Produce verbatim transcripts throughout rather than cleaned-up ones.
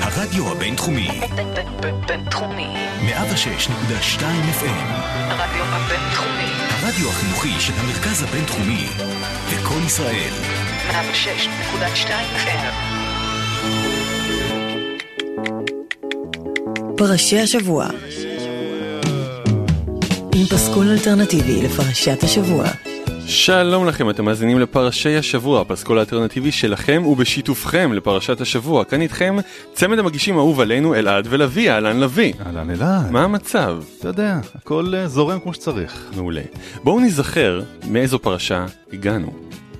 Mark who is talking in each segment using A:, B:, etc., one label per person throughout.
A: הרדיו הבינתחומי.
B: בינתחומי.
A: מאה ושש נקודה שתיים אף אם.
B: הרדיו הבינתחומי.
A: הרדיו החינוכי של המרכז הבינתחומי. לקול ישראל.
B: מאה ושש נקודה שתיים אף אם.
C: פרשי השבוע. עם פסקול אלטרנטיבי לפרשת השבוע.
D: שלום לכם, אתם מאזינים לפרשי השבוע, הפסקול האלטרנטיבי שלכם ובשיתופכם לפרשת השבוע. כאן איתכם צמד המגישים האהוב עלינו, אלעד ולוי. אהלן לוי.
E: אהלן אלעד.
D: מה המצב?
E: אתה יודע, הכל זורם כמו שצריך.
D: מעולה. בואו נזכר מאיזו פרשה הגענו.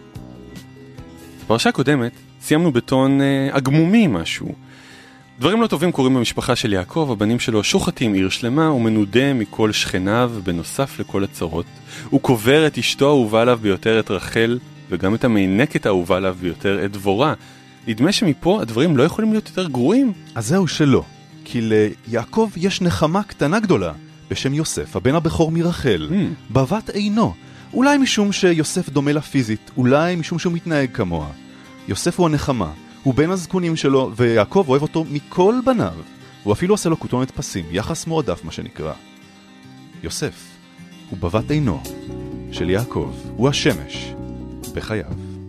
D: בפרשה הקודמת סיימנו בטון אגמומי משהו. דברים לא טובים קורים במשפחה של יעקב, הבנים שלו שוחטים עיר שלמה, הוא מנודה מכל שכניו, בנוסף לכל הצרות. הוא קובר את אשתו האהובה עליו ביותר, את רחל, וגם את המינקת האהובה עליו ביותר, את דבורה. נדמה שמפה הדברים לא יכולים להיות יותר גרועים.
E: אז זהו שלא, כי ליעקב יש נחמה קטנה גדולה, בשם יוסף, הבן הבכור מרחל, mm. בבת עינו. אולי משום שיוסף דומה לה פיזית, אולי משום שהוא מתנהג כמוה. יוסף הוא הנחמה. הוא בן הזקונים שלו, ויעקב אוהב אותו מכל בניו. הוא אפילו עושה לו כותונת פסים, יחס מועדף מה שנקרא. יוסף הוא בבת עינו של יעקב, הוא השמש בחייו.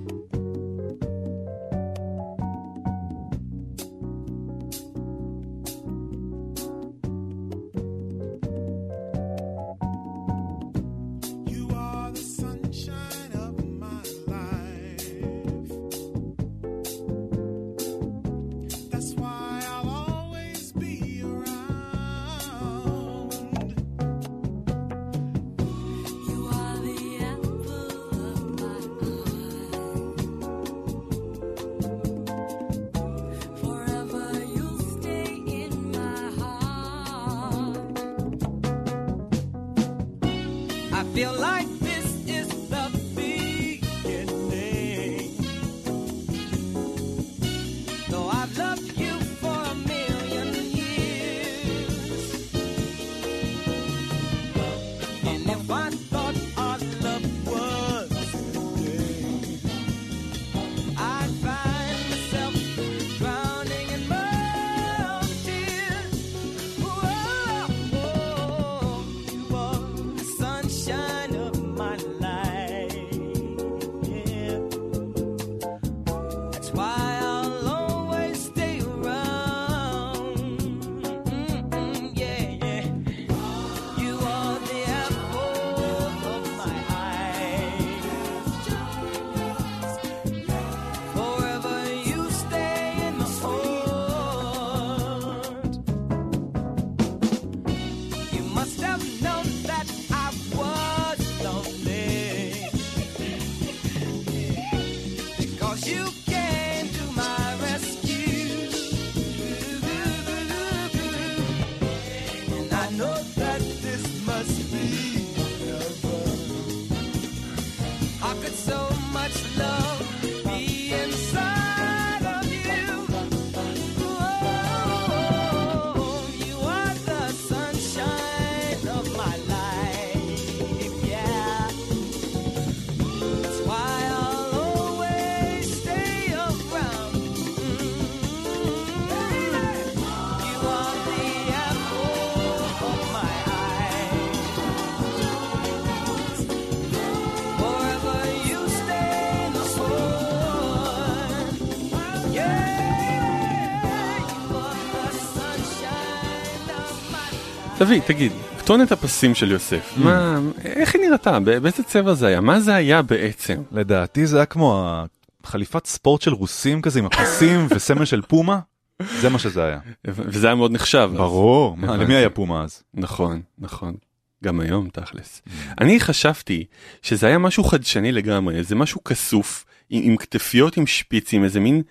D: תביא, תגיד, כתונת הפסים של יוסף, מה, איך היא נראתה? באיזה צבע זה היה? מה זה היה בעצם?
E: לדעתי זה היה כמו חליפת ספורט של רוסים כזה, עם הפסים וסמל של פומה. זה מה שזה היה.
D: וזה היה מאוד נחשב.
E: ברור, מה, למי היה פומה אז?
D: נכון, נכון. גם היום, תכלס. אני חשבתי שזה היה משהו חדשני לגמרי, זה משהו כסוף, עם כתפיות עם שפיצים, איזה מין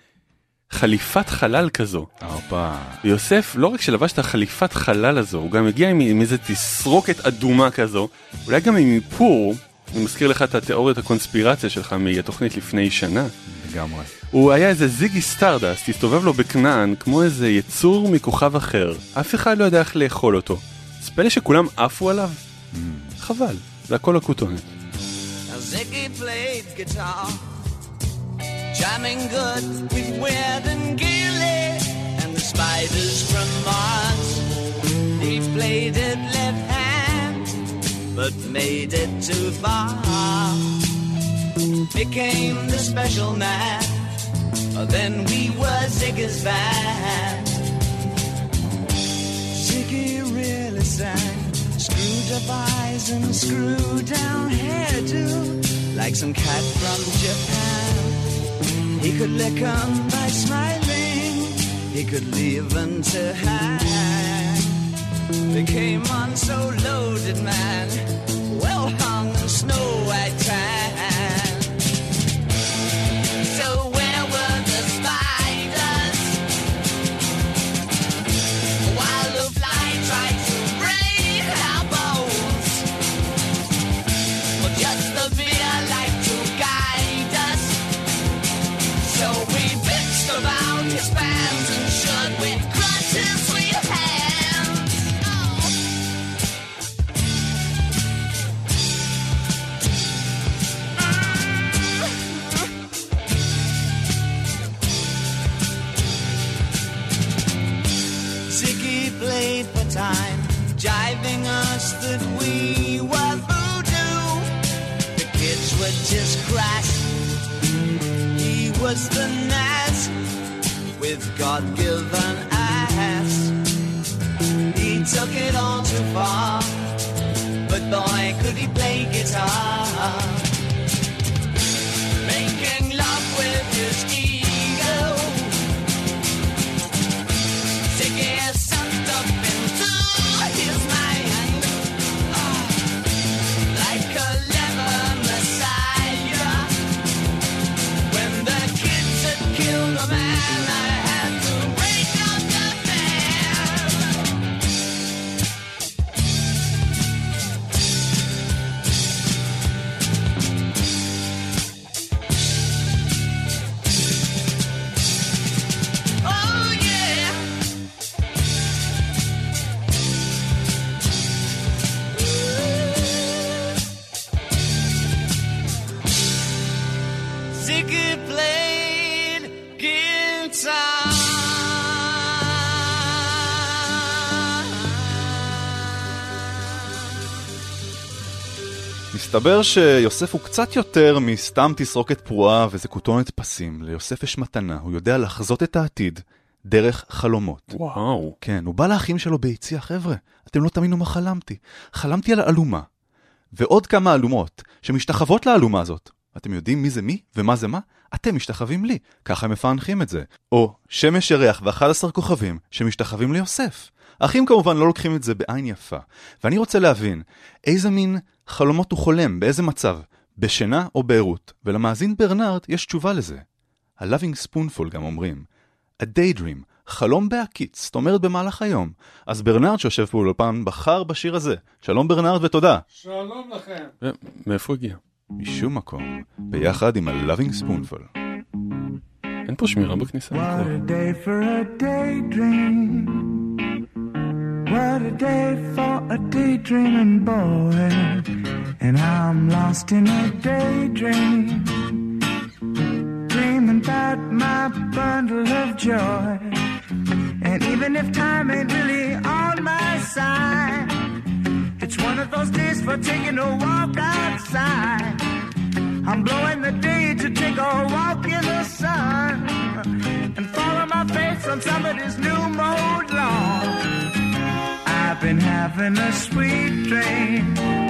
D: חליפת חלל כזו.
E: אופה.
D: ויוסף לא רק שלבש את החליפת חלל הזו, הוא גם הגיע עם, עם איזה תסרוקת אדומה כזו, אולי גם עם איפור, אני מזכיר לך את התיאוריית הקונספירציה שלך מהתוכנית לפני שנה.
E: לגמרי.
D: הוא היה איזה זיגי סטארדסט, הסתובב לו בכנען כמו איזה יצור מכוכב אחר. אף אחד לא יודע איך לאכול אותו. אז פלא שכולם עפו עליו? Mm. חבל, זה הכל הכותונת.
F: Ziggy played guitar, jamming good with Weird and Gilly, and the spiders from Mars. He played it left hand, but made it too far. Became the special man. Then we were Ziggy's band. Ziggy really sang. Screwed up eyes and screwed down hairdo, like some cat from Japan. He could lick 'em by smiling. He could leave 'em to hang. They came on so loaded, man, well hung in snow white tan. So where were the spiders while the fly tried to break our bones? Well, just the fear like to guide us. So we bitched about his fans and should with grudges we hands. Oh. Ziggy played for time, jiving us that we were voodoo. The kids were just crass. He was the Nas with God-given ass. He took it all too far, but boy, could he play guitar. Making love with his ego. Ziggy sucked up into his mind, oh, like a clever messiah. When the kids had killed a man, I had to break up the band. Oh yeah. Ziggy played guitar.
E: מסתבר שיוסף הוא קצת יותר מסתם תסרוקת פרועה וזה כותונת פסים. ליוסף יש מתנה, הוא יודע לחזות את העתיד דרך חלומות.
D: וואו.
E: כן, הוא בא לאחים שלו ביציאה, חבר'ה, אתם לא תאמינו מה חלמתי. חלמתי על אלומה, ועוד כמה אלומות שמשתחוות לאלומה הזאת. אתם יודעים מי זה מי ומה זה מה? אתם משתחווים לי, ככה הם מפענחים את זה. או שמש ירח ו-אחד עשר כוכבים שמשתחווים ליוסף. האחים כמובן לא לוקחים את זה בעין יפה. ואני רוצה להבין, איזה מין חלומות הוא חולם, באיזה מצב? בשינה או בעירות? ולמאזין ברנרד יש תשובה לזה. ה-Loving Spoonful גם אומרים. A daydream, חלום בהקיץ, זאת אומרת במהלך היום. אז ברנרד שיושב פה לאולפן בחר בשיר הזה. שלום ברנרד ותודה.
G: שלום לכם.
D: מאיפה הגיע?
E: משום מקום, ביחד עם ה-Loving Spoonful.
D: אין פה שמירה בכניסה.
G: What a day for a daydream. What a day for a daydreaming boy. And I'm lost in a daydream, dreaming about my bundle of joy. And even if time ain't really on my side, it's one of those days for taking a walk outside. I'm blowing the day to take a walk in the sun and follow my face on somebody's new mode lawn. I've been having a sweet dream.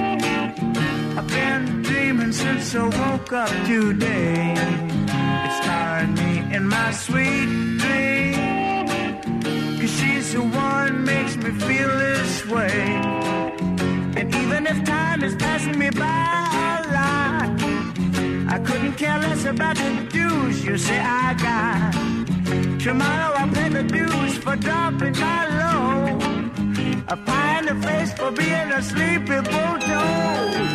G: I've been dreaming since I woke up today. It's starring me in my sweet dream, 'cause she's the one makes me feel this way. And even if time is passing me by a lot, I couldn't care less about the dues you say I got. Tomorrow I'll pay the dues for dropping my load, a pie in the face for being a sleepy bulldog.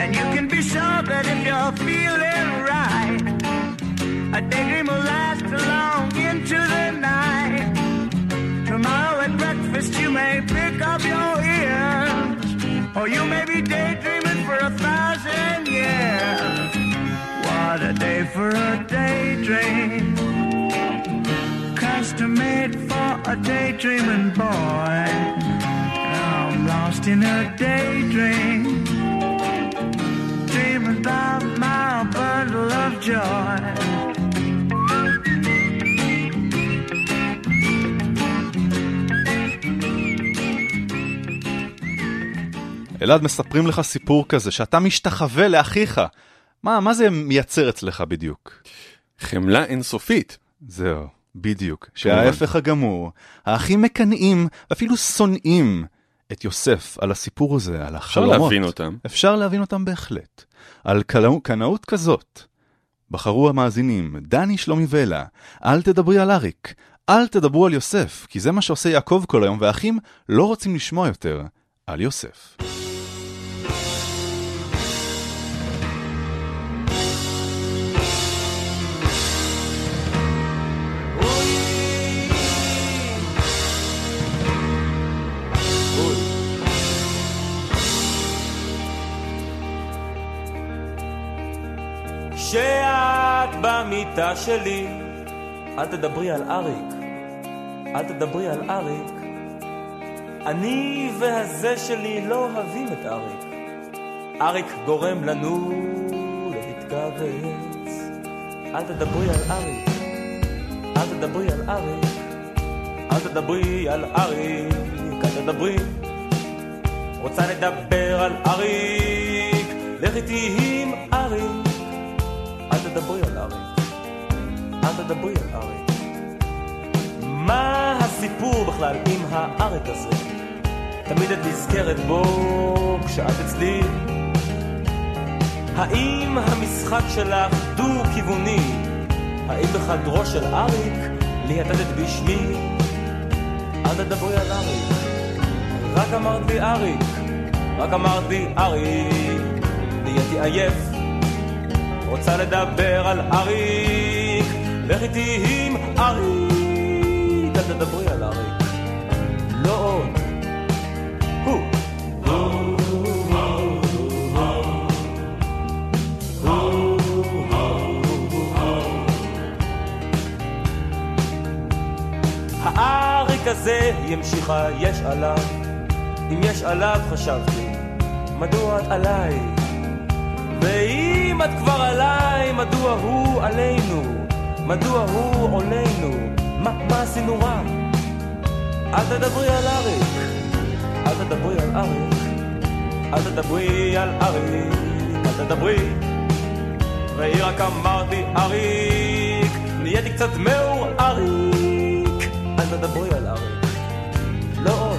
G: That if you're feeling right, a daydream will last a Or you may be daydreaming for a thousand years. What a day for a daydream. Custom made for a daydreaming boy. I'm lost in a daydream. Dreaming about my bundle of joy.
E: אלעד, מספרים לך סיפור כזה, שאתה משתחווה לאחיך. מה, מה זה מייצר אצלך בדיוק?
D: חמלה אינסופית.
E: זהו, בדיוק. שההפך הגמור, האחים מקנאים, ואפילו שונאים את יוסף על הסיפור הזה, על החלומות.
D: אפשר להבין אותם.
E: אפשר להבין אותם בהחלט. על קנאות כזאת, בחרו המאזינים, דני שלומי ואלה, אל תדברי על אריק, אל תדברו על יוסף, כי זה מה שעושה יעקב כל היום, והאחים לא רוצים לשמוע יותר על יוסף.
H: שאת במיטה שלי, אל תדברי על אריק, אל תדברי על אריק. אני והזה שלי לא אוהבים את אריק. אריק גורם לנו להתכווץ. אל תדברי על אריק, אל תדברי על אריק, אל תדברי על אריק, אל תדברי. רוצה לדבר על אריק, לך איתי עם אריק. אל תדברי על אריק, אל תדברי על אריק. מה הסיפור בכלל עם האריק הזה? תמיד את נזכרת בו כשאת אצלי. האם המשחק שלך דו-כיווני? האם בחדרו של אריק ליהטטת בשמי? אל תדברי על אריק, רק אמרתי אריק, רק אמרתי אריק. נהייתי עייף, רוצה לדבר על אריק, לך איתי עם אריק. אל תדברי על אריק, לא עוד. הו האריק הזה ימשיכה, יש עליו. אם יש עליו חשבתי, מדוע את עליי? ואם את כבר עליי, מדוע הוא עלינו? מדוע הוא עולנו? מה, מה עשינו רע? אל תדברי על אריק, אל תדברי על אריק, אל תדברי על אריק, אל תדברי. ראי רק אמרתי אריק, נהייתי קצת מאור אריק. אל תדברי על אריק, לא עוד.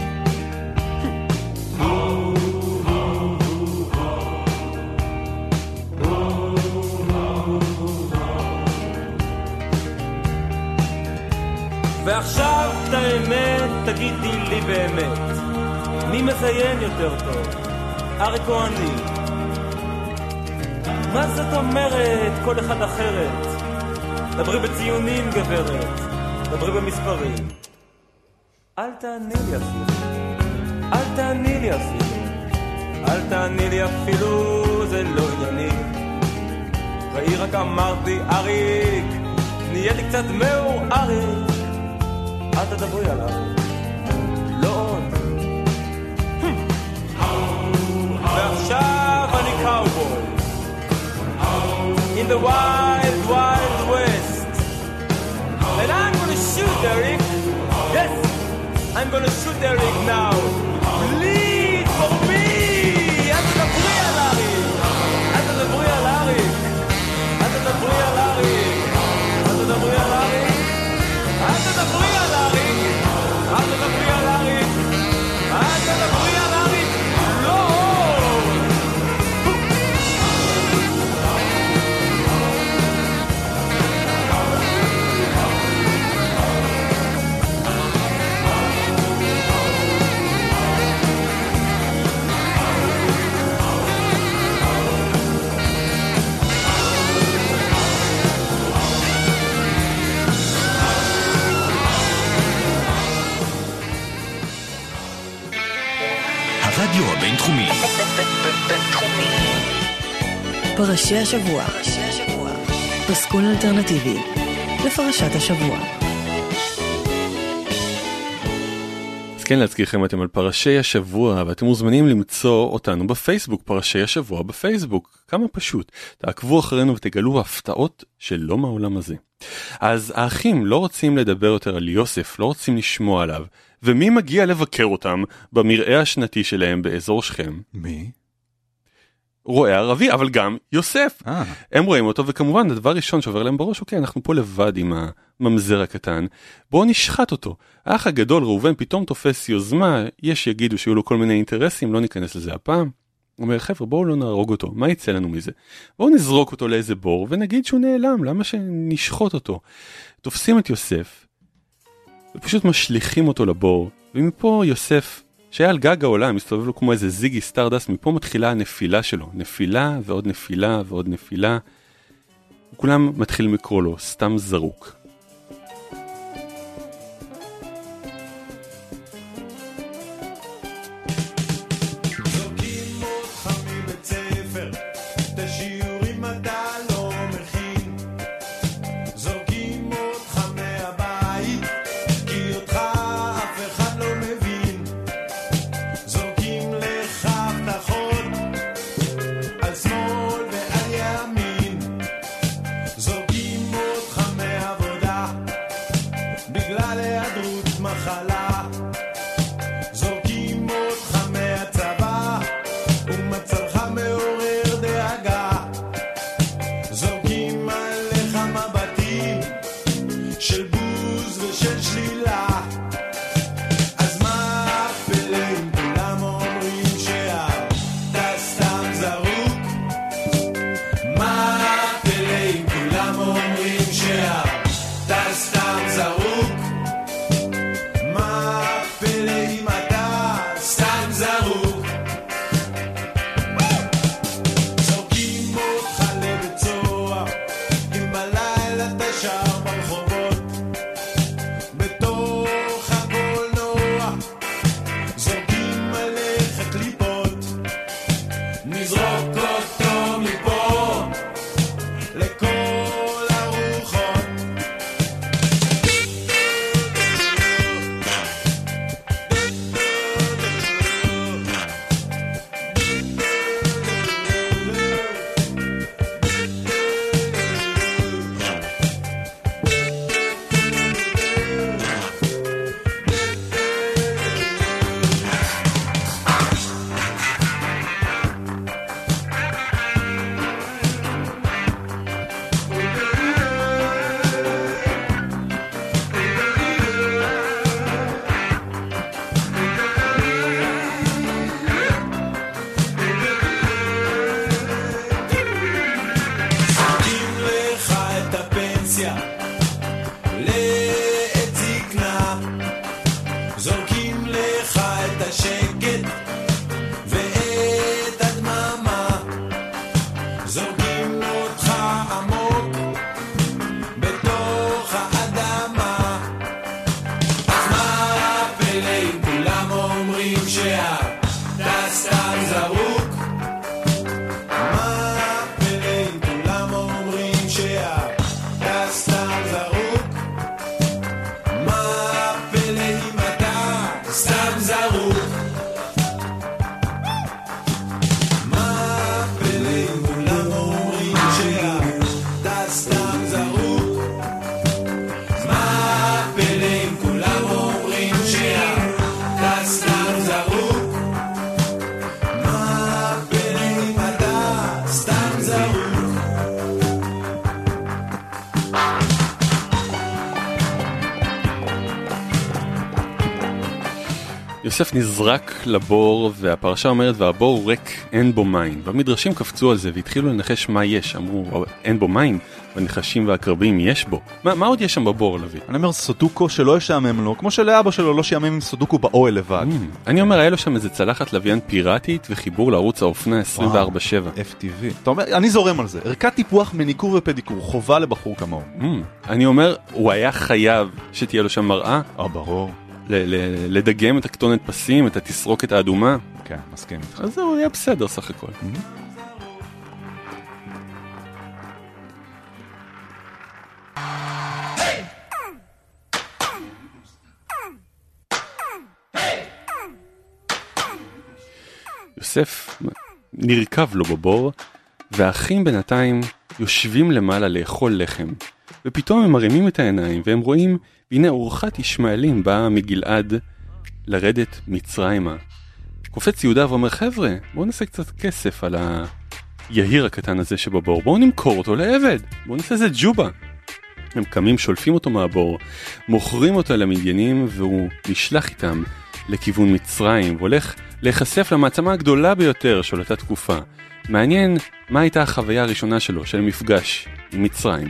H: ועכשיו את האמת תגידי לי באמת, מי מזיין יותר טוב, אריק או אני? מה זאת אומרת כל אחד אחרת? דברי בציונים גברת, דברי במספרים. אל תעני לי אפילו, אל תעני לי אפילו, אל תעני לי אפילו, זה לא ענייני. ראי רק אמרתי אריק, נהייתי קצת מאור אריק. אל תדברי על אריק, לא עוד. ועכשיו אני קאובוי in the wild wild west, and I'm gonna shoot Eric. Yes, I'm gonna shoot Eric now. Please for me. אל תדברי על אריק, אל תדברי על אריק, אל תדברי על אריק, אל תדברי על אריק, אל תדברי על אריק, אל תדברי על אריק, אל תדברי על אריק, לא.
C: פרשי השבוע. פסקול אלטרנטיבי לפרשת השבוע.
D: אז כן, להזכירכם, אתם על פרשי השבוע, ואתם מוזמנים למצוא אותנו בפייסבוק, פרשי השבוע בפייסבוק. כמה פשוט. תעקבו אחרינו ותגלו הפתעות שלא מהעולם הזה. אז האחים לא רוצים לדבר יותר על יוסף, לא רוצים לשמוע עליו. ומי מגיע לבקר אותם במראה השנתי שלהם באזור שכם?
E: מי?
D: רואה ערבי, אבל גם יוסף.
E: אה.
D: הם רואים אותו, וכמובן, הדבר ראשון שעובר להם בראש, אוקיי, אנחנו פה לבד עם הממזר הקטן, בואו נשחט אותו. האח הגדול, ראובן, פתאום תופס יוזמה, יש יגידו שיהיו לו כל מיני אינטרסים, לא ניכנס לזה הפעם. הוא אומר, חבר'ה, בואו לא נהרוג אותו, מה יצא לנו מזה? בואו נזרוק אותו לאיזה בור, ונגיד שהוא נעלם, למה שנשחוט אותו? תופסים את יוסף, ופשוט משליכים אותו לבור, ומפה יוסף, שהיה על גג העולם, מסתובב לו כמו איזה זיגי סטארדס, מפה מתחילה הנפילה שלו, נפילה ועוד נפילה ועוד נפילה, וכולם מתחילים לקרוא לו, סתם זרוק. יוסף נזרק לבור, והפרשה אומרת, והבור ריק, אין בו מים. והמדרשים קפצו על זה והתחילו לנחש מה יש. אמרו, אין בו מים, והנחשים והקרבים יש בו. מה, מה עוד יש שם בבור, לוי?
E: אני אומר, סודוקו שלא ישעמם לו, כמו שלאבא שלו לא שיעמם עם סודוקו באוהל לבד.
D: Mm, אני אומר, היה לו שם איזה צלחת לוויין פיראטית וחיבור לערוץ האופנה עשרים וארבע שבע.
E: אף טי וי. אתה אומר, אני זורם על זה. ערכת טיפוח מניקור ופדיקור, חובה לבחור כמוהו.
D: Mm, אני אומר, הוא היה חייב שתהיה לו שם מראה.
E: אה, ברור.
D: לדגם את הקטונת פסים, את התסרוקת האדומה.
E: כן, מסכים איתך.
D: אז זהו, היה בסדר סך הכל. יוסף נרכב לו בבור, והאחים בינתיים יושבים למעלה לאכול לחם. ופתאום הם מרימים את העיניים, והם רואים, והנה אורחת ישמעאלים באה מגלעד לרדת מצרימה. קופץ יהודה ואומר, חבר'ה, בואו נעשה קצת כסף על היהיר הקטן הזה שבבור, בואו נמכור אותו לעבד, בואו נעשה איזה ג'ובה. הם קמים, שולפים אותו מהבור, מוכרים אותו למדיינים, והוא נשלח איתם לכיוון מצרים, והולך להיחשף למעצמה הגדולה ביותר של אותה תקופה. מעניין מה הייתה החוויה הראשונה שלו, של מפגש עם מצרים.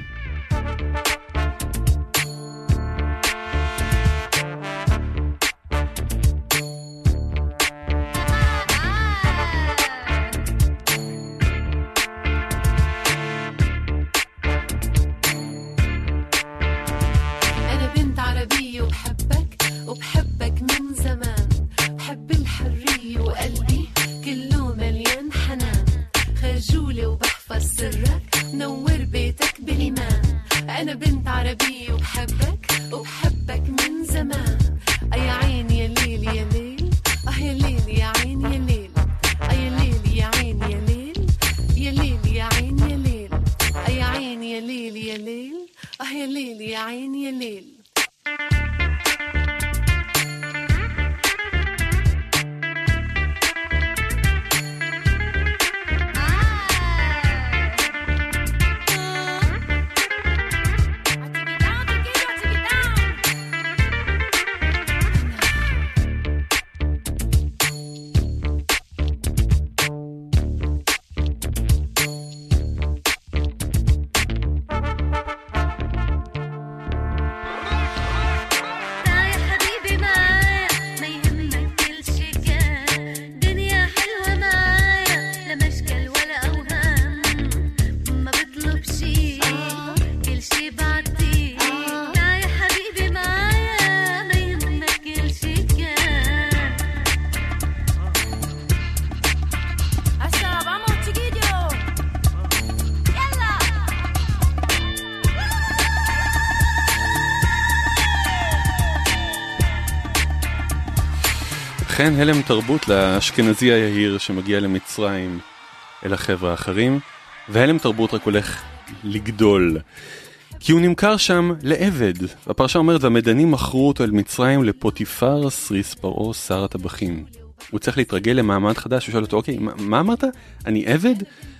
D: כן, הלם תרבות לאשכנזי היהיר שמגיע למצרים אל החבר'ה האחרים, והלם תרבות רק הולך לגדול, כי הוא נמכר שם לעבד. הפרשה אומרת, והמדנים מכרו אותו אל מצרים לפוטיפר סריס פרעה שר הטבחים. הוא צריך להתרגל למעמד חדש, הוא שואל אותו, אוקיי, מה, מה אמרת? אני עבד?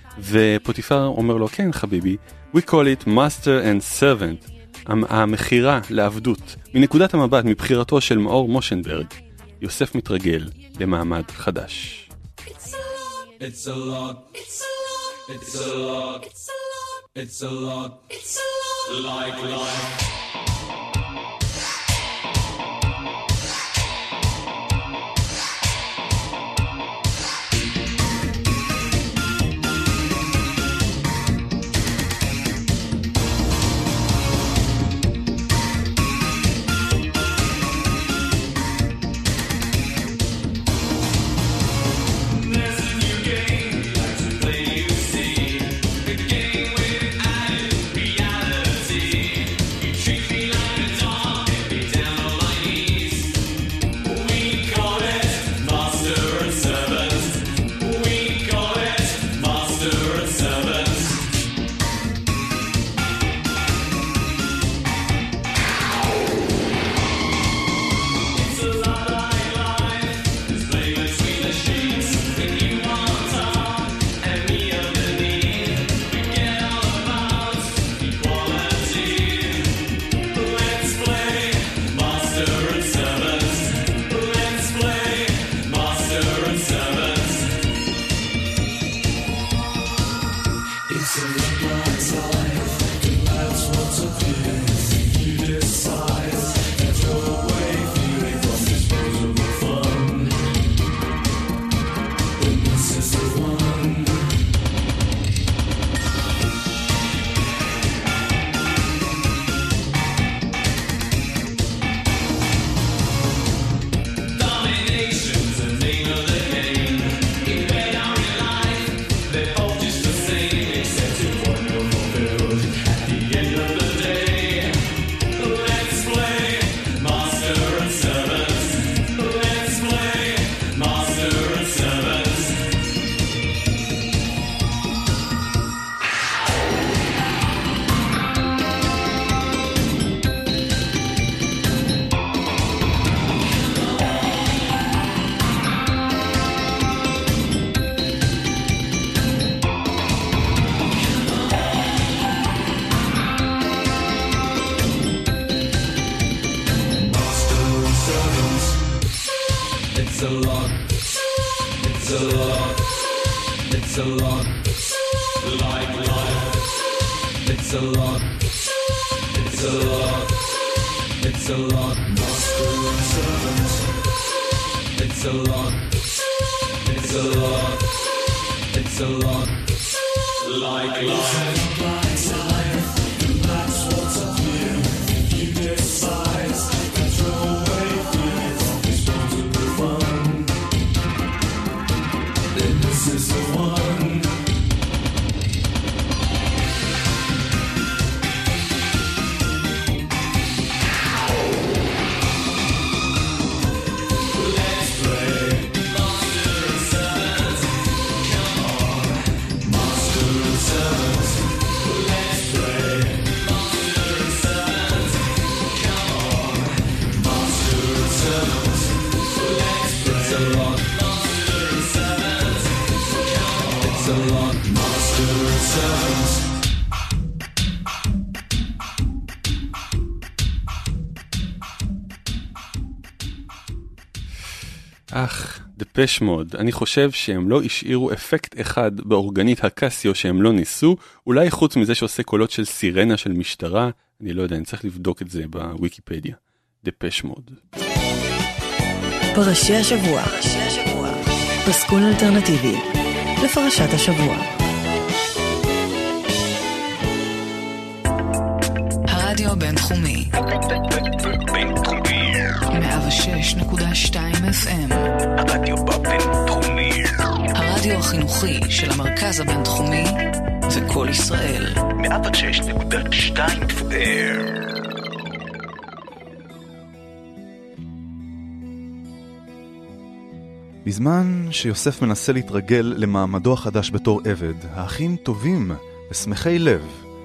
D: ופוטיפר אומר לו, כן חביבי, we call it master and servant, המחירה לעבדות, מנקודת המבט, מבחירתו של מאור מושנברג. יוסף מתרגל למעמד חדש.
I: It's a lot, it's a lot, it's a lot, it's a lot, it's a lot, it's a lot, like life.
J: Let's
I: It's a lot. Like life. It's a lot. It's a lot. It's a lot. Master and servant. It's a lot. It's a lot. It's a lot. Like life. That's what's up here. You despise. Throw away fears. Responsible fun. Then this is the one.
D: אך, דפש מוד, אני חושב שהם לא השאירו אפקט אחד באורגנית הקסיו שהם לא ניסו, אולי חוץ מזה שעושה קולות של סירנה של משטרה, אני לא יודע, אני צריך לבדוק את זה בוויקיפדיה. דפש מוד.
C: פרשי השבוע. פסקול אלטרנטיבי לפרשת השבוע.
B: הרדיו הבינתחומי
A: בינתחומי.
B: מאה ושש נקודה שתיים אף אם.
A: הרדיו בבינתחומי.
B: הרדיו החינוכי של המרכז הבינתחומי וכל ישראל.
A: מאה ושש נקודה שתיים אף אם.
E: בזמן שיוסף מנסה להתרגל למעמדו החדש בתור עבד, האחים טובים ושמחי לב,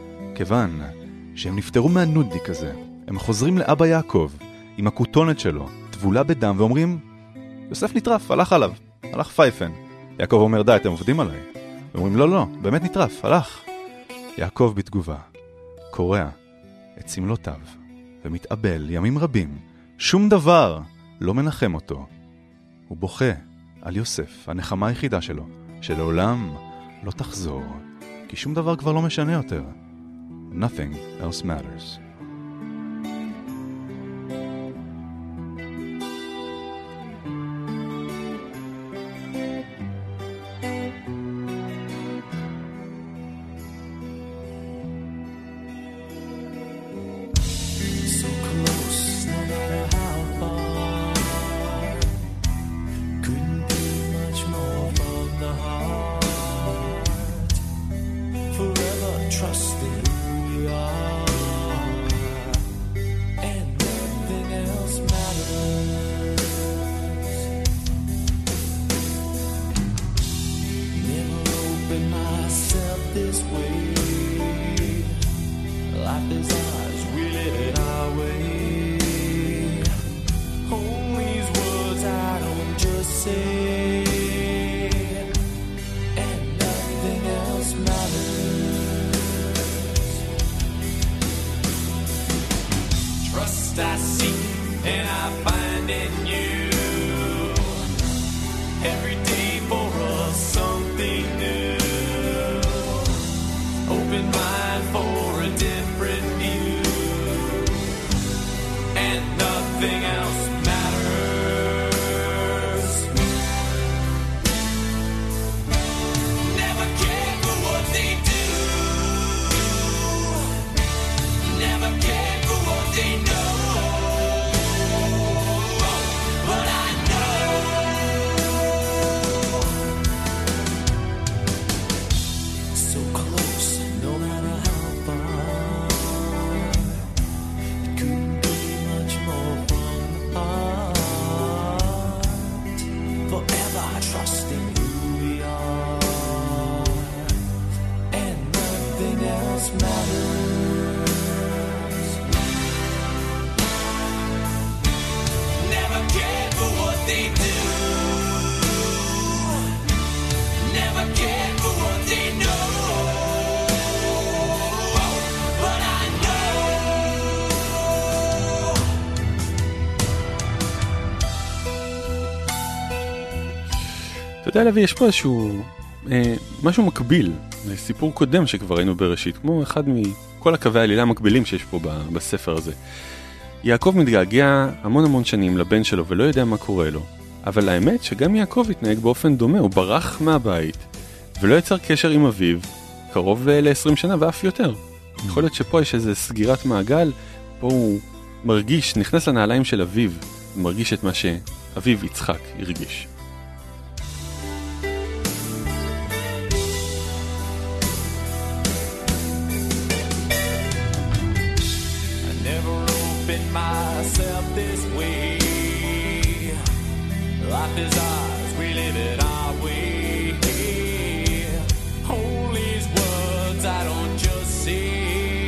E: כיוון שהם נפטרו מהנודניק הזה. הם חוזרים לאבא יעקב עם הכותונת שלו, טבולה בדם, ואומרים, יוסף נטרף, הלך עליו, הלך פייפן. יעקב אומר, די, אתם עובדים עליי. ואומרים, לא, לא, באמת נטרף, הלך. יעקב בתגובה, קורע את סמלותיו, ומתאבל ימים רבים, שום דבר לא מנחם אותו. הוא בוכה על יוסף, הנחמה היחידה שלו, שלעולם לא תחזור, כי שום דבר כבר לא משנה יותר. Nothing else matters.
D: אתה יודע להביא, יש פה איזשהו אה, משהו מקביל לסיפור קודם שכבר ראינו בראשית, כמו אחד מכל הקווי העלילה המקבילים שיש פה בספר הזה. יעקב מתגעגע המון המון שנים לבן שלו ולא יודע מה קורה לו, אבל האמת שגם יעקב התנהג באופן דומה, הוא ברח מהבית ולא יצר קשר עם אביו קרוב ל-עשרים שנה ואף יותר. יכול להיות שפה יש איזו סגירת מעגל, פה הוא מרגיש, נכנס לנעליים של אביו, מרגיש את מה שאביו יצחק הרגיש.
J: Myself this way. Life is ours, we live it our way. Hold these words I don't just say,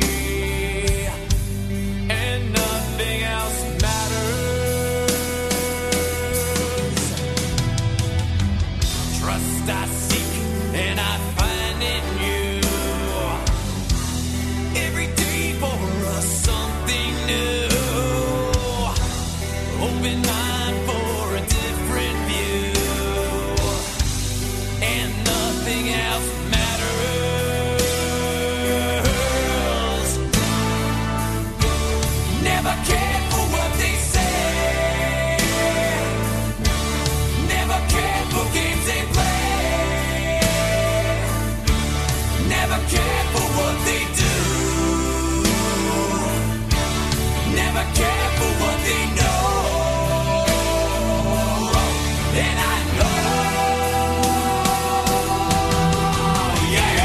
J: and nothing else matters. Trust I seek and I find in you. Every day for us something new. Open mind for a different view, and nothing else matters. Never cared for what they say, never cared for games they play, never cared for what they do, never cared for what they know. And I know, yeah.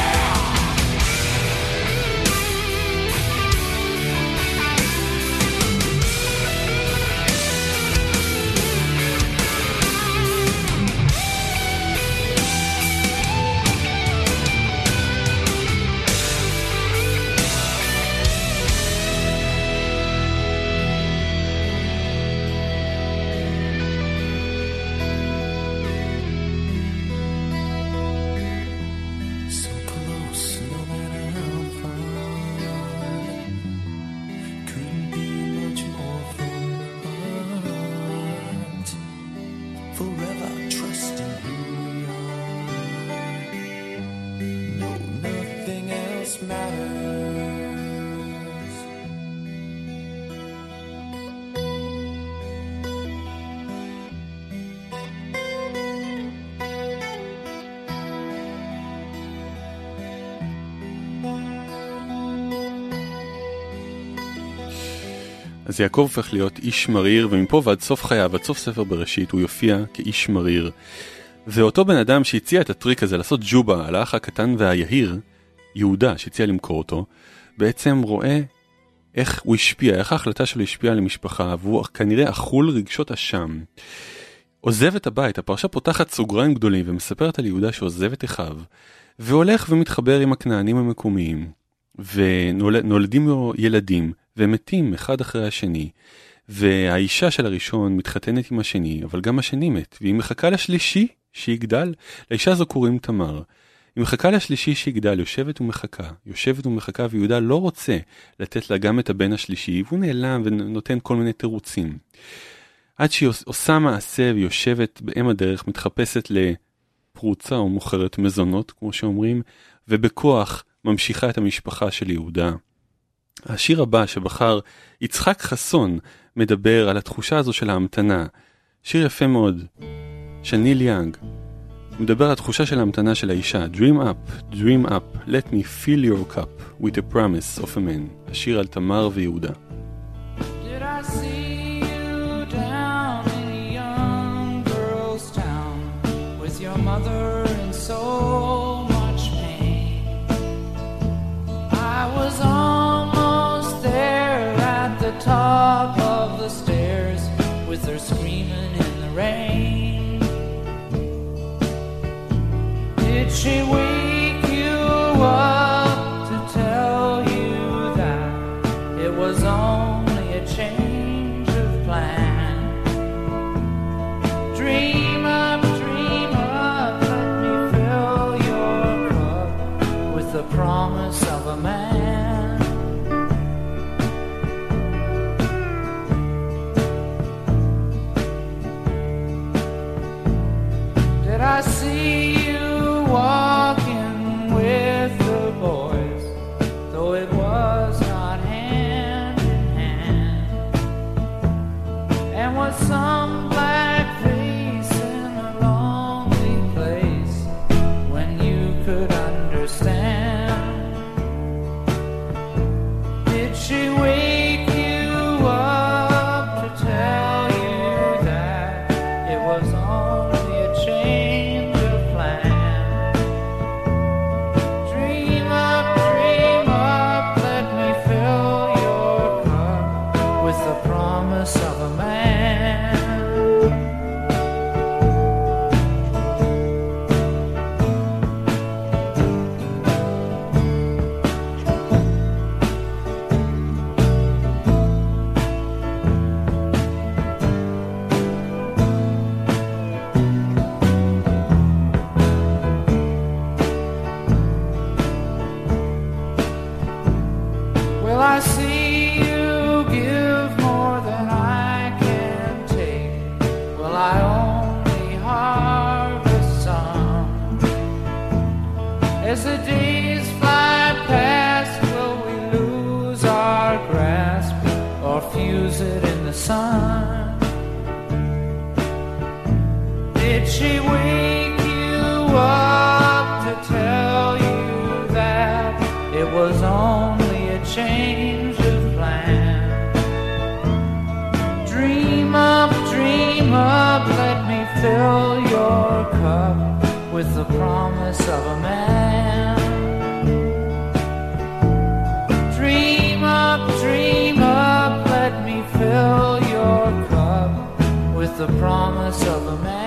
D: אז יעקב הופך להיות איש מריר, ומפה ועד סוף חייו, עד סוף ספר בראשית, הוא יופיע כאיש מריר. ואותו בן אדם שהציע את הטריק הזה, לעשות ג'ובה על האח הקטן והיהיר, יהודה שהציע למכור אותו, בעצם רואה איך הוא השפיע, איך ההחלטה שלו השפיעה על המשפחה, והוא כנראה אכול רגשות אשם. עוזב את הבית, הפרשה פותחת סוגריים גדולים, ומספרת על יהודה שעוזב את אחיו, והולך ומתחבר עם הכנענים המקומיים, ונולדים לו ילדים, ומתים אחד אחרי השני, והאישה של הראשון מתחתנת עם השני, אבל גם השני מת, והיא מחכה לשלישי שיגדל. לאישה הזו קוראים תמר. היא מחכה לשלישי שיגדל, יושבת ומחכה, יושבת ומחכה, ויהודה לא רוצה לתת לה גם את הבן השלישי, והוא נעלם ונותן כל מיני תירוצים. עד שהיא עושה מעשה ויושבת באם הדרך, מתחפשת לפרוצה או מוכרת מזונות, כמו שאומרים, ובכוח ממשיכה את המשפחה של יהודה. השיר הבא שבחר יצחק חסון מדבר על התחושה הזו של ההמתנה. שיר יפה מאוד, של ניל יאנג. הוא מדבר על התחושה של ההמתנה של האישה. Dream up, dream up, let me fill your cup with a promise of a man. השיר על תמר ויהודה.
K: Did I see you down in a young girl's town with your mother in so much pain? I was almost there at the top of the stairs with her screaming in the rain. Did she wake you up to tell you that it was only a change of plan? Dream up, dream up, let me fill your cup with the promise of a man. Did I see you walk see you give more than I can take. Well, I only harvest some. As the days fly past, will we lose our grasp or fuse it in the sun? Did she wake you up to tell you that it was only a change of plan? Dream up, dream up, let me fill your cup with the promise of a man. Dream up, dream up, let me fill your cup with the promise of a man.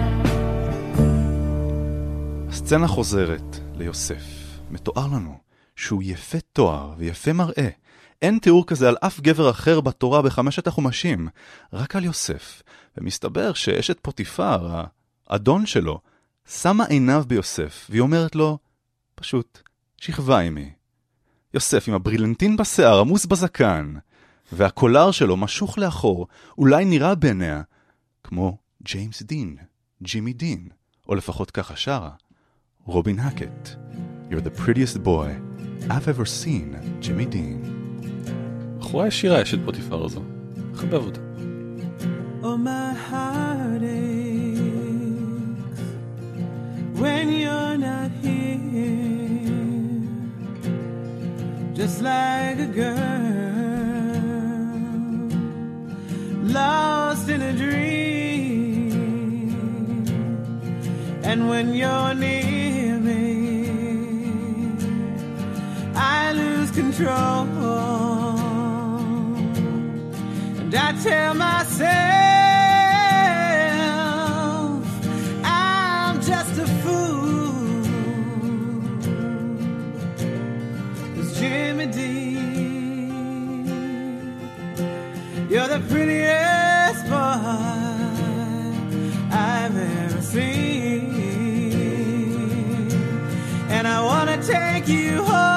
E: הסצנה חוזרת ליוסף. מתואר לנו שהוא יפה תואר ויפה מראה. אין תיאור כזה על אף גבר אחר בתורה בחמשת החומשים, רק על יוסף. ומסתבר שאשת פוטיפר, האדון שלו, שמה עיניו ביוסף, והיא אומרת לו, פשוט, שכבה עמי. יוסף עם הברילנטין בשיער, עמוס בזקן, והקולר שלו משוך לאחור, אולי נראה בעיניה, כמו ג'יימס דין, ג'ימי דין, או לפחות ככה שרה, רובין הקט. You're the prettiest boy I've ever seen, ג'ימי דין.
D: בחורה ישירה יש את פוטיפר הזו. חבב אותה.
L: Oh, my heart aches when you're not here, just like a girl lost in a dream. And when you're near me, I lose control. And I tell myself I'm just a fool. 'Cause Jimmy Dean, you're the prettiest boy I've ever seen, and I wanna take you home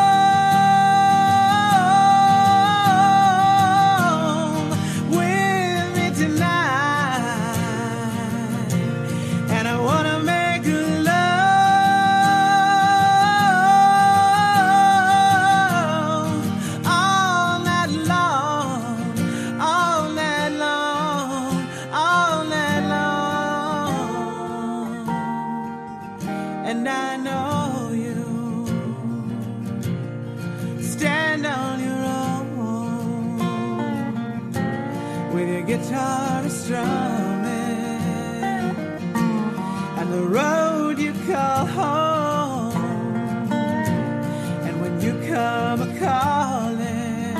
L: guitar strumming and the road you call home, and when you come a-calling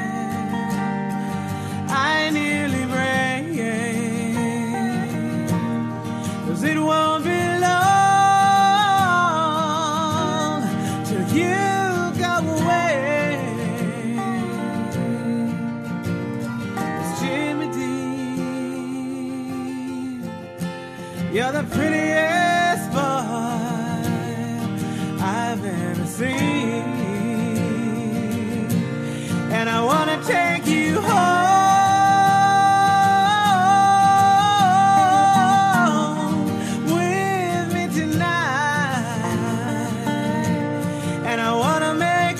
L: I nearly break, 'cause it won't be long till you go away. You're the prettiest boy I've ever seen, and I want to take you home with me tonight, and I want to make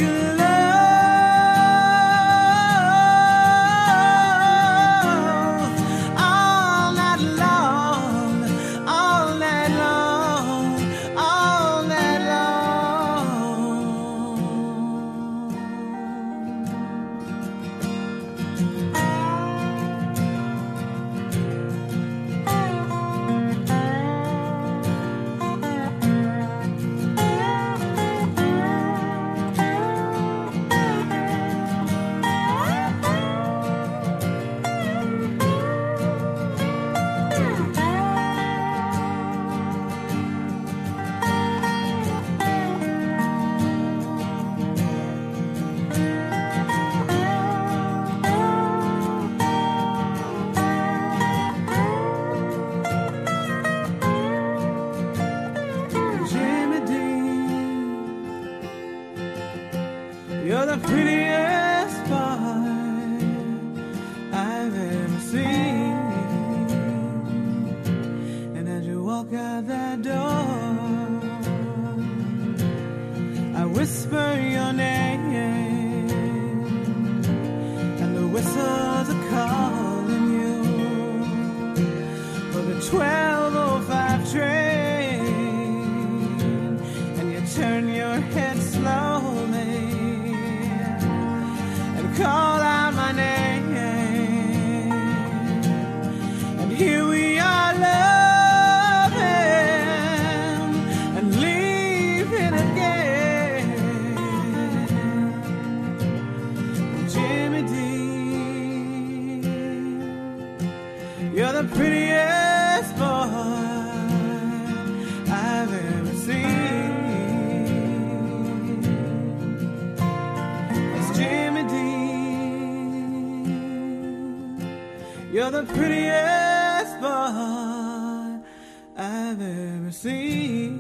L: love all night long. All night long, all night long. You're the prettiest walk out that door, I whisper your name, and the whistles are calling you for the twelve oh five train, and you turn your head slowly and call out my name, and here we are loving and leaving again. Jimmy Dean, you're the prettiest boy I've ever seen. It's Jimmy Dean, you're the prettiest boy I've ever seen.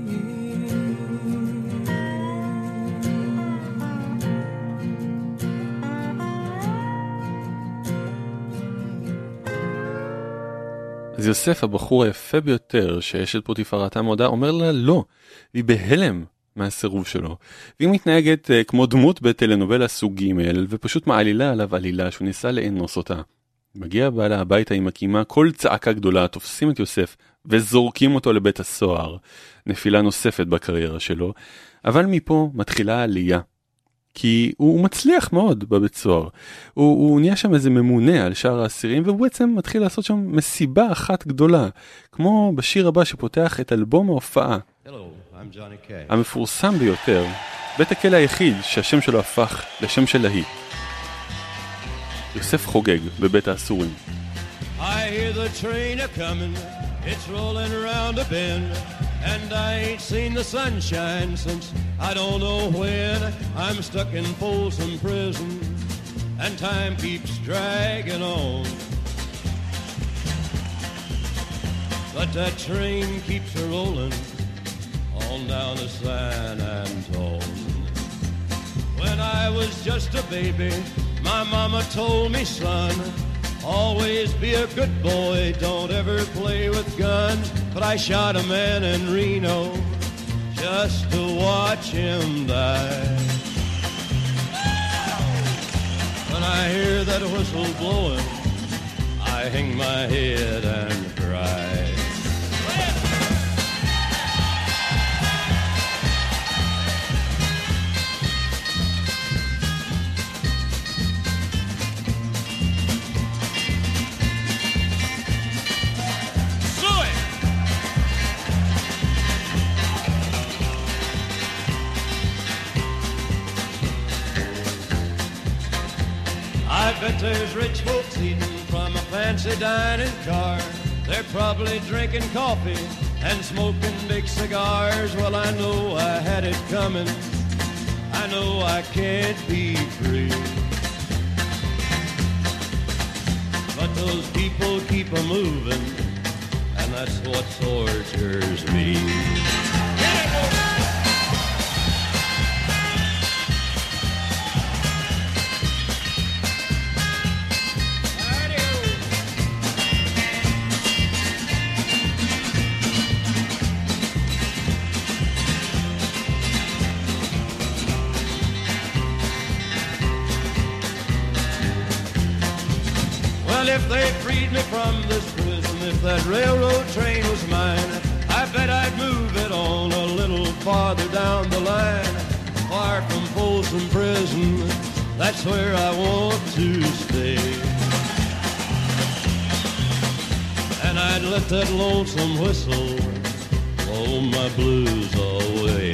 D: אז יוסף, הבחור היפה ביותר שאשת פוטיפרה תעמודה, אומר לה לא, והיא בהלם מהסירוב שלו. והיא מתנהגת uh, כמו דמות בטלנובלה סוג ג' ופשוט מעלילה עליו עלילה שהוא ניסה לאנוס אותה. מגיע בעלה הביתה עם הקימה, כל צעקה גדולה, תופסים את יוסף וזורקים אותו לבית הסוהר. נפילה נוספת בקריירה שלו, אבל מפה מתחילה העלייה. כי הוא, הוא מצליח מאוד בבית סוהר. הוא, הוא נהיה שם איזה ממונה על שאר האסירים, והוא בעצם מתחיל לעשות שם מסיבה אחת גדולה, כמו בשיר הבא שפותח את אלבום ההופעה.
M: Hello, I'm Johnny K.
D: המפורסם ביותר, בית הכלא היחיד שהשם שלו הפך לשם של להיט. יוסף חוגג בבית האסורים.
J: I hear the train a-comin', it's rolling around a bend, and I ain't seen the sunshine since I don't know when. I'm stuck in Folsom Prison, and time keeps dragging on. But that train keeps a-rolling on down to San Antone. When I was just a baby, my mama told me, son, always be a good boy, don't ever play with guns. But I shot a man in Reno just to watch him die. When I hear that whistle blowing, I hang my head and cry. I bet there's rich folks eating from a fancy dining car. They're probably drinking coffee and smoking big cigars. Well, I know I had it coming. I know I can't be free. But those people keep a-moving, and that's what tortures me. If they freed me from this prison, if that railroad train was mine, I bet I'd move it on a little farther down the line. Far from Folsom Prison, that's where I want to stay. And I'd let that lonesome whistle blow my blues away.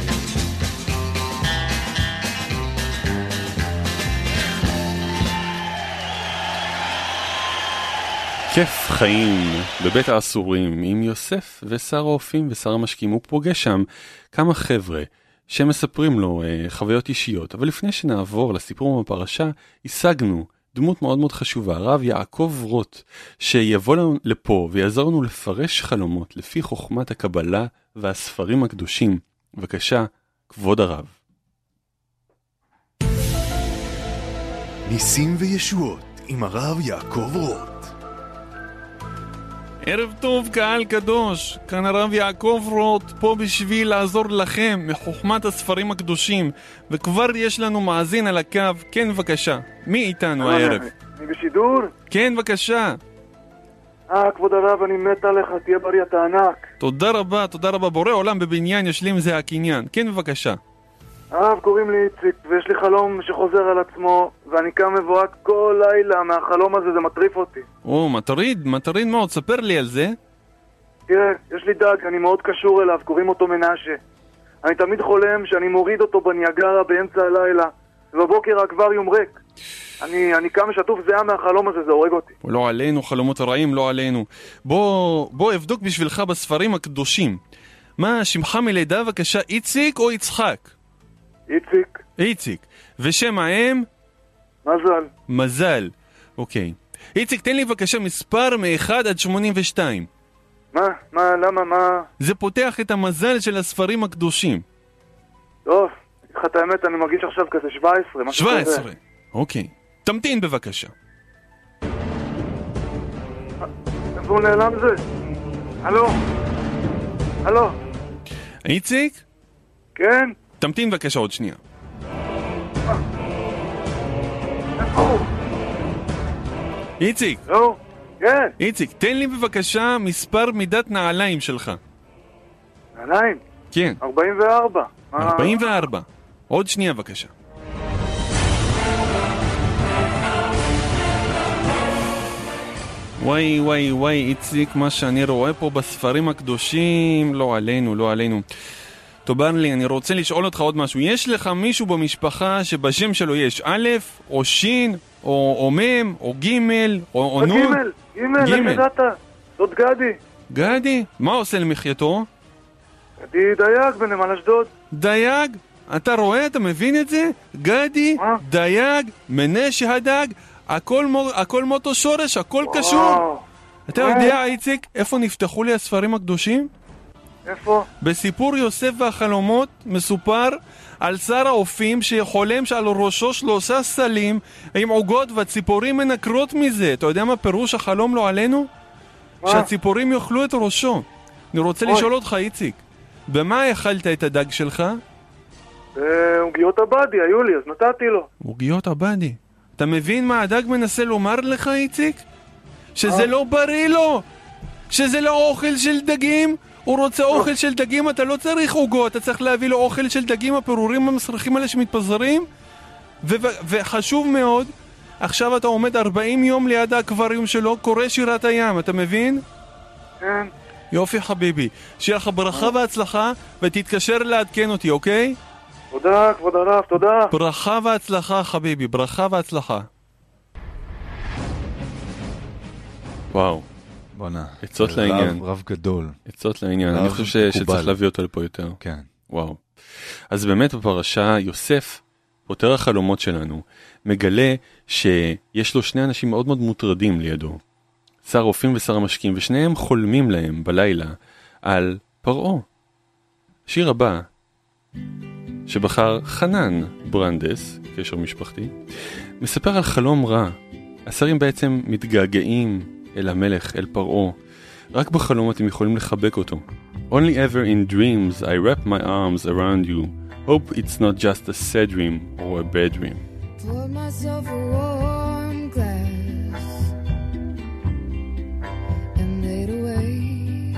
D: כיף חיים בבית האסורים עם יוסף ושר האופים ושר המשקים. הוא פוגש שם כמה חבר'ה שמספרים לו אה, חוויות אישיות. אבל לפני שנעבור לסיפור מהפרשה, השגנו דמות מאוד מאוד חשובה, הרב יעקב רוט, שיבוא לנו לפה ויעזור לנו לפרש חלומות לפי חוכמת הקבלה והספרים הקדושים. בבקשה, כבוד הרב.
N: ניסים וישועות עם הרב יעקב רוט.
D: ערב טוב קהל קדוש, כאן הרב יעקב רוט, פה בשביל לעזור לכם מחוכמת הספרים הקדושים, וכבר יש לנו מאזין על הקו. כן בבקשה, מי איתנו הערב?
M: אני בשידור?
D: כן בבקשה.
M: אה, כבוד הרב, אני מת עליך, תהיה בריא, אתה ענק.
D: תודה רבה, תודה רבה, בורא עולם בבניין ישלים זה הקניין. כן בבקשה.
M: הרב, קוראים לי איציק, ויש לי חלום שחוזר על עצמו, ואני קם מבועת כל לילה מהחלום הזה, זה מטריף אותי.
D: או, מטריד, מטריד מאוד, ספר לי על זה.
M: תראה, יש לי דג, אני מאוד קשור אליו, קוראים אותו מנשה. אני תמיד חולם שאני מוריד אותו בניאגרה באמצע הלילה, ובבוקר האקווריום ריק. אני, אני קם שטוף זהה מהחלום הזה, זה הורג אותי.
D: לא עלינו, חלומות הרעים, לא עלינו. בוא, בוא אבדוק בשבילך בספרים הקדושים. מה, שמך מלידה בבקשה, איציק או יצחק?
M: איציק.
D: איציק. ושם האם?
M: מזל.
D: מזל. אוקיי. איציק, תן לי בבקשה מספר מ-אחד עד שמונים ושתיים.
M: מה? מה? למה? מה?
D: זה פותח את המזל של הספרים הקדושים.
M: טוב, איתך את האמת, אני מרגיש עכשיו כזה שבע עשרה.
D: שבע עשרה. אוקיי. תמתין בבקשה.
M: איפה הוא נעלם זה? הלו? הלו?
D: איציק?
M: כן?
D: תמתין בבקשה עוד שנייה. איציק.
M: לא? כן?
D: איציק, תן לי בבקשה מספר מידת נעליים שלך.
M: נעליים?
D: כן.
M: ארבעים וארבע.
D: ארבעים וארבע. עוד שנייה בבקשה. וואי וואי וואי איציק, מה שאני רואה פה בספרים הקדושים, לא עלינו, לא עלינו. תאמר לי, אני רוצה לשאול אותך עוד משהו. יש לך מישהו במשפחה שבשם שלו יש א' או שין או, או מם או ג' או, או נון?
M: גימל, גימל, איך ידעת? זאת גדי.
D: גדי? מה עושה למחייתו?
M: גדי דייג בנמל אשדוד.
D: דייג? אתה רואה, אתה מבין את זה? גדי, מה? דייג, מנשה הדג, הכל, מור, הכל מוטו שורש, הכל וואו. קשור. אתה יודע, איציק, איפה נפתחו לי הספרים הקדושים?
M: איפה?
D: בסיפור יוסף והחלומות מסופר על שר האופים שחולם שעל ראשו שלושה סלים עם עוגות והציפורים מנקרות מזה. אתה יודע מה פירוש החלום לא עלינו? מה? שהציפורים יאכלו את ראשו. אני רוצה אוי. לשאול אותך איציק, במה אכלת את הדג שלך?
M: בעוגיות הבדי, היו לי, אז נתתי לו.
D: עוגיות הבדי? אתה מבין מה הדג מנסה לומר לך איציק? שזה לא בריא לו, שזה לא אוכל של דגים. הוא רוצה אוכל של דגים, אתה לא צריך עוגות, אתה צריך להביא לו אוכל של דגים, הפירורים המסריחים האלה שמתפזרים. ו- ו- וחשוב מאוד, עכשיו אתה עומד ארבעים יום ליד האקווריום שלו, קורא שירת הים, אתה מבין?
M: כן.
D: יופי חביבי, שיהיה לך ברכה והצלחה, ותתקשר לעדכן אותי, אוקיי?
M: תודה, כבוד הרב, תודה.
D: ברכה והצלחה חביבי, ברכה והצלחה. וואו.
E: בונה.
D: עצות לעניין.
E: רב, רב גדול.
D: עצות לעניין. אני חושב ש... שצריך להביא אותו לפה יותר.
E: כן.
D: וואו. אז באמת בפרשה יוסף, פותר החלומות שלנו, מגלה שיש לו שני אנשים מאוד מאוד מוטרדים לידו. שר האופים ושר המשקים, ושניהם חולמים להם בלילה על פרעה. השיר הבא, שבחר חנן ברנדס, קשר משפחתי, מספר על חלום רע. השרים בעצם מתגעגעים אל המלך, אל פרעה. רק בחלום אתם יכולים לחבק אותו. Only ever in dreams I wrap my arms around you. Hope it's not just a sad dream or a bad dream.
N: Pour myself a warm glass and laid awake.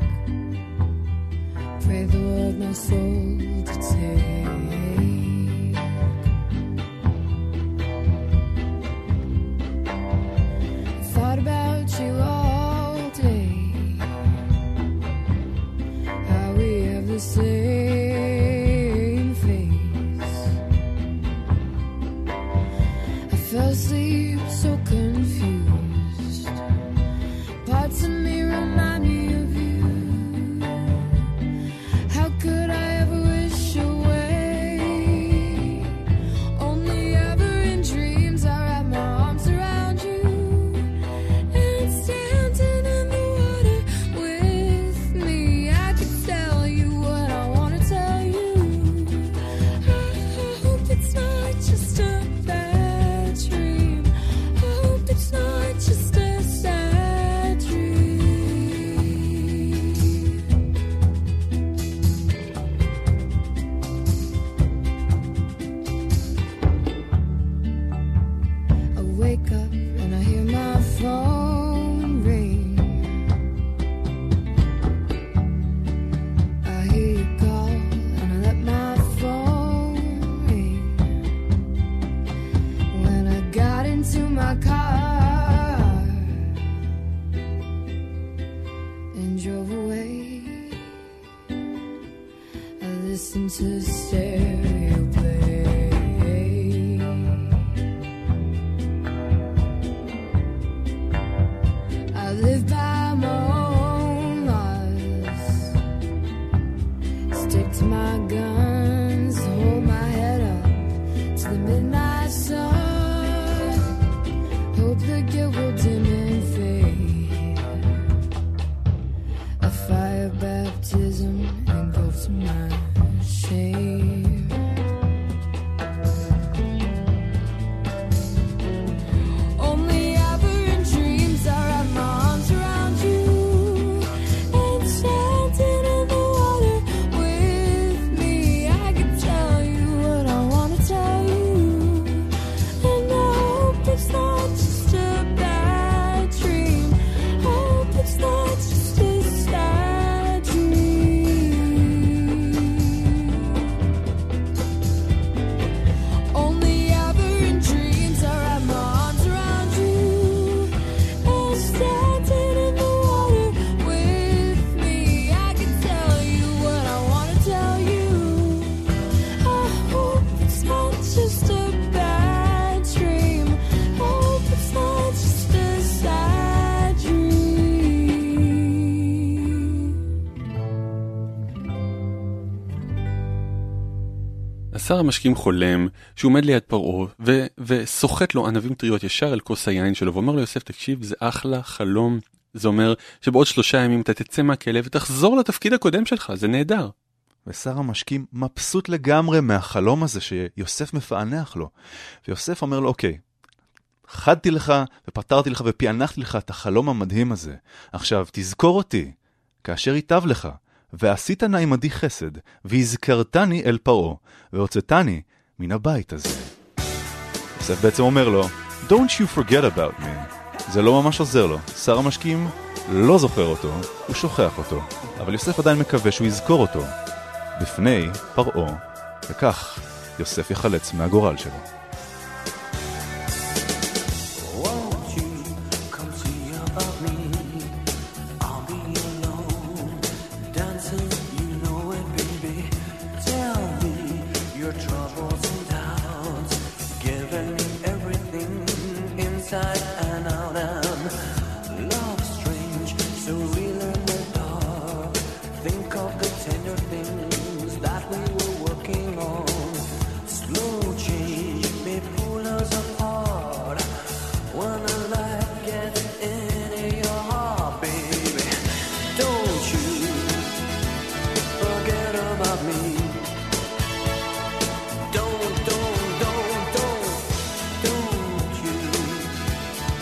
N: Pray the Lord my soul to take. Thought about you all day. How we have the same face. I fell asleep so confused. Parts of me remind me of you. How could I ever wish away? Only ever in dreams I wrap my arms around you. And standing in the water with me, I could tell you what I want to tell you. I hope it's not just a bad dream. I hope it's not the midnight sun. Hope the guilt will dim and fade. A fire baptism engulfs my shame. Only ever in dreams I wrap my arms around you and standing in the water with me. I can tell you what I want to tell you, and I hope it's not just a bad dream. Hope it's not just a sad dream. Only ever in dreams I wrap my arms around you and standing in the water with me. I can tell you what I want to tell you. I hope it's not just a bad dream. Hope it's not just a sad dream.
D: השר המשקים חולם שהוא עומד ליד פרעה ו- וסוחט לו ענבים טריות ישר אל כוס היין שלו ואומר לו, יוסף, תקשיב, זה אחלה חלום. זה אומר שבעוד שלושה ימים אתה תצא מהכלא ותחזור לתפקיד הקודם שלך, זה נהדר.
E: ושר המשקים מבסוט לגמרי מהחלום הזה שיוסף מפענח לו. ויוסף אומר לו, אוקיי, חדתי לך ופתרתי לך ופענחתי לך את החלום המדהים הזה. עכשיו תזכור אותי כאשר ייטב לך, ועשית נא עמדי חסד, והזכרתני אל פרעה, והוצאתני מן הבית הזה. יוסף בעצם אומר לו, Don't you forget about me. זה לא ממש עוזר לו. שר המשקים לא זוכר אותו, הוא שוכח אותו. אבל יוסף עדיין מקווה שהוא יזכור אותו בפני פרעה, וכך יוסף יחלץ מהגורל שלו.
F: Won't you come see about me? I'll be alone, dancing, you know it, baby. Tell me your troubles and doubts, giving me everything inside and out. And love strange, so real in the dark. Think of the tender things that we were working on. Slow change may pull us apart. When the light gets into your heart, baby, don't you forget about me. Don't, don't, don't, don't, don't you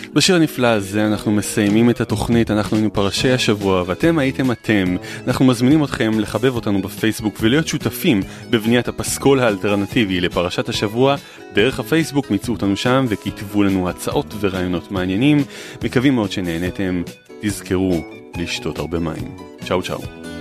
D: בשיר הנפלא הזה אנחנו מסיימים את התוכנית, אנחנו היינו פרשי השבוע ואתם הייתם אתם. אנחנו מזמינים אתכם לחבב אותנו בפייסבוק ולהיות שותפים בבניית הפסקול האלטרנטיבי לפרשת השבוע. דרך הפייסבוק מצאו אותנו שם וכתבו לנו הצעות ורעיונות מעניינים. מקווים מאוד שנהנתם, תזכרו לשתות הרבה מים. צ'או צ'או.